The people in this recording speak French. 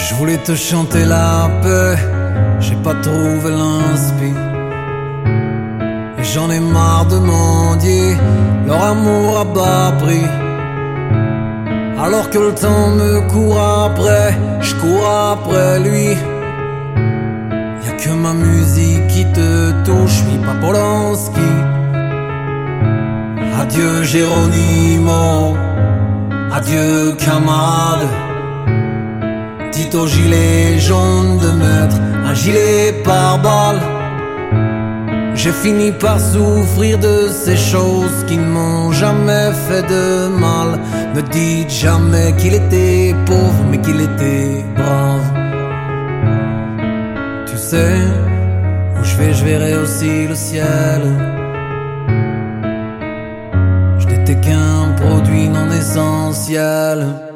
Je voulais te chanter la paix, j'ai pas trouvé l'inspi. Et j'en ai marre de mendier leur amour à bas prix. Alors que le temps me court après, je cours après lui. Y'a que ma musique qui te touche, oui pas Polanski. Adieu Geronimo, adieu camarade. Dites au gilet jaune de mettre un gilet pare-balles. J'ai fini par souffrir de ces choses qui ne m'ont jamais fait de mal. Ne dites jamais qu'il était pauvre mais qu'il était brave. Tu sais, où je verrai aussi le ciel. Je n'étais qu'un produit non essentiel.